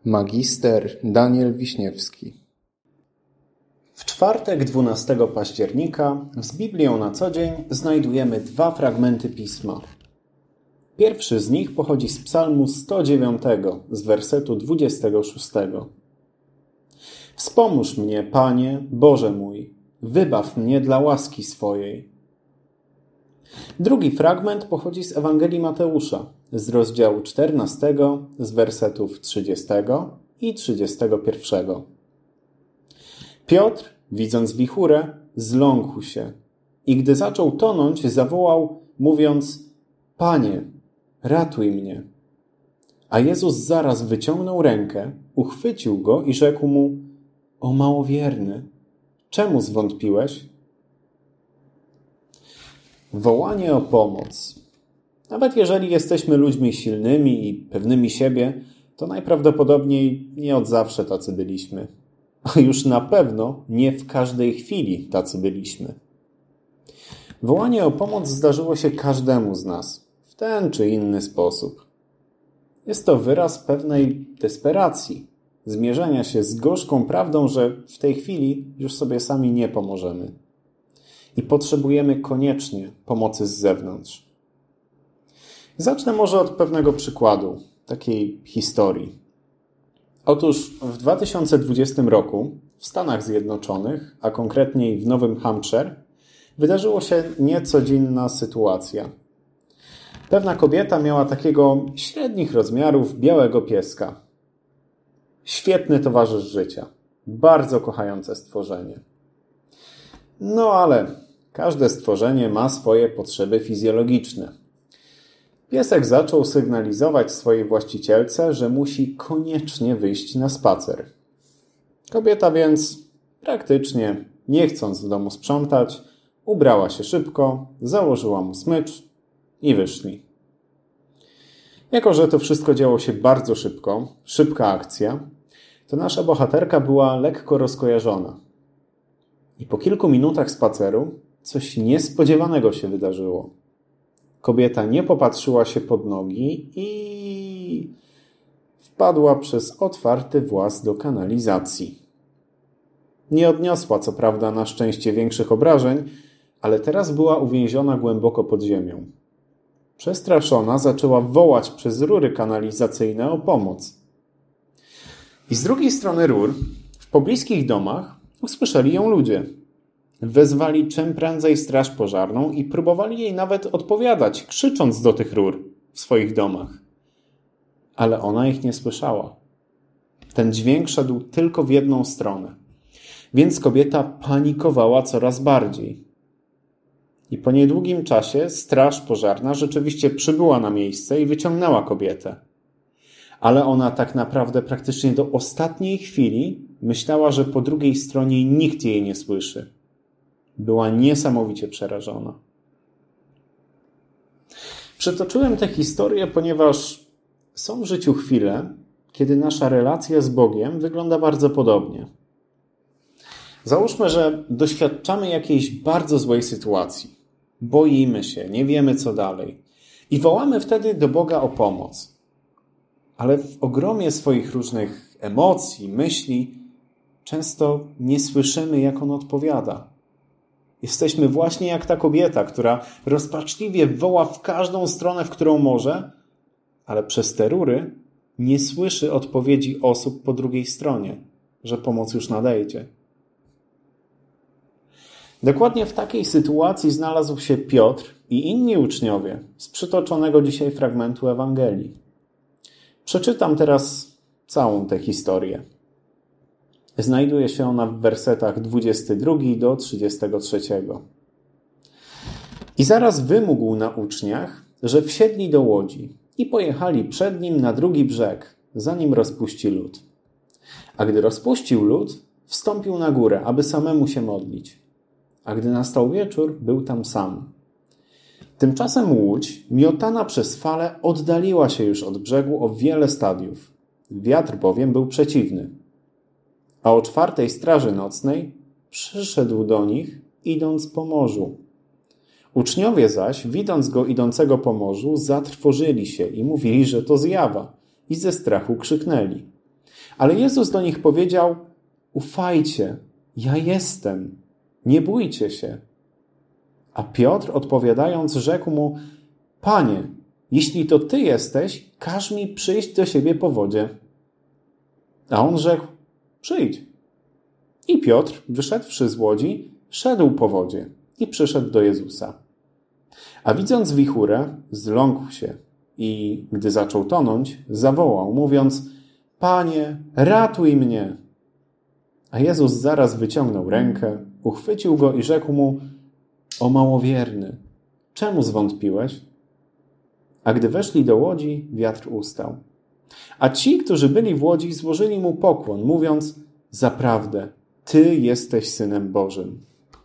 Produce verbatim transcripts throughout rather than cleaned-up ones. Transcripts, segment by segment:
Magister Daniel Wiśniewski. W czwartek dwunastego października z Biblią na co dzień znajdujemy dwa fragmenty Pisma. Pierwszy z nich pochodzi z Psalmu sto dziewiątego, z wersetu dwudziestego szóstego. Wspomóż mnie, Panie, Boże mój, wybaw mnie dla łaski swojej. Drugi fragment pochodzi z Ewangelii Mateusza, z rozdziału czternastego, z wersetów trzydziestego i trzydziestego pierwszego. Piotr, widząc wichurę, zląkł się i gdy zaczął tonąć, zawołał, mówiąc: Panie, ratuj mnie. A Jezus zaraz wyciągnął rękę, uchwycił go i rzekł mu: O małowierny, czemu zwątpiłeś? Wołanie o pomoc. Nawet jeżeli jesteśmy ludźmi silnymi i pewnymi siebie, to najprawdopodobniej nie od zawsze tacy byliśmy. A już na pewno nie w każdej chwili tacy byliśmy. Wołanie o pomoc zdarzyło się każdemu z nas, w ten czy inny sposób. Jest to wyraz pewnej desperacji, zmierzenia się z gorzką prawdą, że w tej chwili już sobie sami nie pomożemy. I potrzebujemy koniecznie pomocy z zewnątrz. Zacznę może od pewnego przykładu, takiej historii. Otóż w dwa tysiące dwudziestym roku w Stanach Zjednoczonych, a konkretniej w Nowym Hampshire, wydarzyła się niecodzienna sytuacja. Pewna kobieta miała takiego średnich rozmiarów białego pieska. Świetny towarzysz życia, bardzo kochające stworzenie. No ale każde stworzenie ma swoje potrzeby fizjologiczne. Piesek zaczął sygnalizować swojej właścicielce, że musi koniecznie wyjść na spacer. Kobieta więc, praktycznie nie chcąc w domu sprzątać, ubrała się szybko, założyła mu smycz i wyszli. Jako że to wszystko działo się bardzo szybko, szybka akcja, to nasza bohaterka była lekko rozkojarzona. I po kilku minutach spaceru coś niespodziewanego się wydarzyło. Kobieta nie popatrzyła się pod nogi i wpadła przez otwarty właz do kanalizacji. Nie odniosła co prawda na szczęście większych obrażeń, ale teraz była uwięziona głęboko pod ziemią. Przestraszona zaczęła wołać przez rury kanalizacyjne o pomoc. I z drugiej strony rur, w pobliskich domach, usłyszeli ją ludzie. Wezwali czym prędzej straż pożarną i próbowali jej nawet odpowiadać, krzycząc do tych rur w swoich domach. Ale ona ich nie słyszała. Ten dźwięk szedł tylko w jedną stronę. Więc kobieta panikowała coraz bardziej. I po niedługim czasie straż pożarna rzeczywiście przybyła na miejsce i wyciągnęła kobietę. Ale ona tak naprawdę praktycznie do ostatniej chwili myślała, że po drugiej stronie nikt jej nie słyszy. Była niesamowicie przerażona. Przytoczyłem tę historię, ponieważ są w życiu chwile, kiedy nasza relacja z Bogiem wygląda bardzo podobnie. Załóżmy, że doświadczamy jakiejś bardzo złej sytuacji. Boimy się, nie wiemy co dalej. I wołamy wtedy do Boga o pomoc. Ale w ogromie swoich różnych emocji, myśli, często nie słyszymy, jak On odpowiada. Jesteśmy właśnie jak ta kobieta, która rozpaczliwie woła w każdą stronę, w którą może, ale przez te rury nie słyszy odpowiedzi osób po drugiej stronie, że pomoc już nadejdzie. Dokładnie w takiej sytuacji znalazł się Piotr i inni uczniowie z przytoczonego dzisiaj fragmentu Ewangelii. Przeczytam teraz całą tę historię. Znajduje się ona w wersetach dwudziestego drugiego do trzydziestego trzeciego. I zaraz wymógł na uczniach, że wsiedli do łodzi i pojechali przed nim na drugi brzeg, zanim rozpuści lód. A gdy rozpuścił lód, wstąpił na górę, aby samemu się modlić. A gdy nastał wieczór, był tam sam. Tymczasem łódź, miotana przez fale, oddaliła się już od brzegu o wiele stadiów. Wiatr bowiem był przeciwny. A o czwartej straży nocnej przyszedł do nich, idąc po morzu. Uczniowie zaś, widząc go idącego po morzu, zatrwożyli się i mówili, że to zjawa, i ze strachu krzyknęli. Ale Jezus do nich powiedział: ufajcie, ja jestem, nie bójcie się. A Piotr odpowiadając rzekł mu: Panie, jeśli to Ty jesteś, każ mi przyjść do siebie po wodzie. A on rzekł: przyjdź. I Piotr, wyszedłszy z łodzi, szedł po wodzie i przyszedł do Jezusa. A widząc wichurę, zląkł się i gdy zaczął tonąć, zawołał, mówiąc: Panie, ratuj mnie! A Jezus zaraz wyciągnął rękę, uchwycił go i rzekł mu: O małowierny, czemu zwątpiłeś? A gdy weszli do łodzi, wiatr ustał. A ci, którzy byli w łodzi, złożyli mu pokłon, mówiąc: Zaprawdę, Ty jesteś Synem Bożym.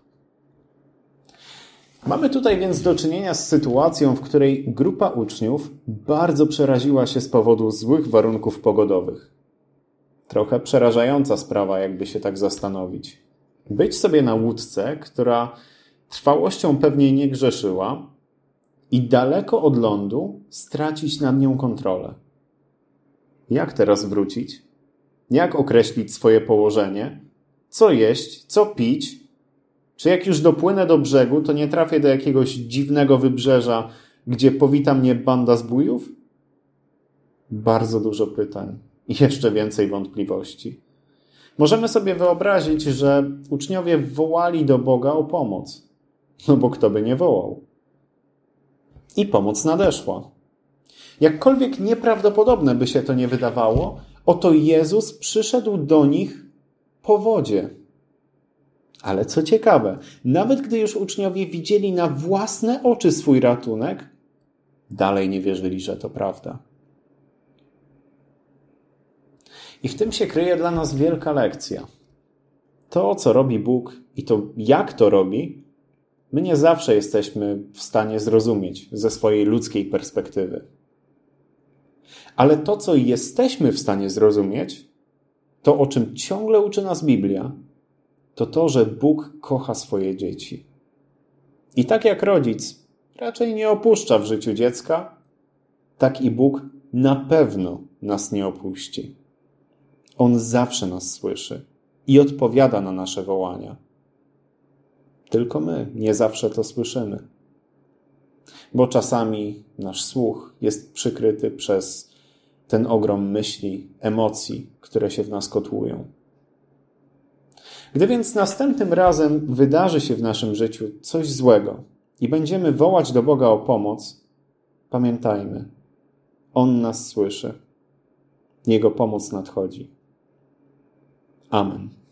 Mamy tutaj więc do czynienia z sytuacją, w której grupa uczniów bardzo przeraziła się z powodu złych warunków pogodowych. Trochę przerażająca sprawa, jakby się tak zastanowić. Być sobie na łódce, która trwałością pewnie nie grzeszyła, i daleko od lądu stracić nad nią kontrolę. Jak teraz wrócić? Jak określić swoje położenie? Co jeść? Co pić? Czy jak już dopłynę do brzegu, to nie trafię do jakiegoś dziwnego wybrzeża, gdzie powita mnie banda zbójów? Bardzo dużo pytań i jeszcze więcej wątpliwości. Możemy sobie wyobrazić, że uczniowie wołali do Boga o pomoc. No bo kto by nie wołał? I pomoc nadeszła. Jakkolwiek nieprawdopodobne by się to nie wydawało, oto Jezus przyszedł do nich po wodzie. Ale co ciekawe, nawet gdy już uczniowie widzieli na własne oczy swój ratunek, dalej nie wierzyli, że to prawda. I w tym się kryje dla nas wielka lekcja. To, co robi Bóg i to, jak to robi, my nie zawsze jesteśmy w stanie zrozumieć ze swojej ludzkiej perspektywy. Ale to, co jesteśmy w stanie zrozumieć, to, o czym ciągle uczy nas Biblia, to to, że Bóg kocha swoje dzieci. I tak jak rodzic raczej nie opuszcza w życiu dziecka, tak i Bóg na pewno nas nie opuści. On zawsze nas słyszy i odpowiada na nasze wołania. Tylko my nie zawsze to słyszymy. Bo czasami nasz słuch jest przykryty przez ten ogrom myśli, emocji, które się w nas kotłują. Gdy więc następnym razem wydarzy się w naszym życiu coś złego i będziemy wołać do Boga o pomoc, pamiętajmy, On nas słyszy. Jego pomoc nadchodzi. Amen.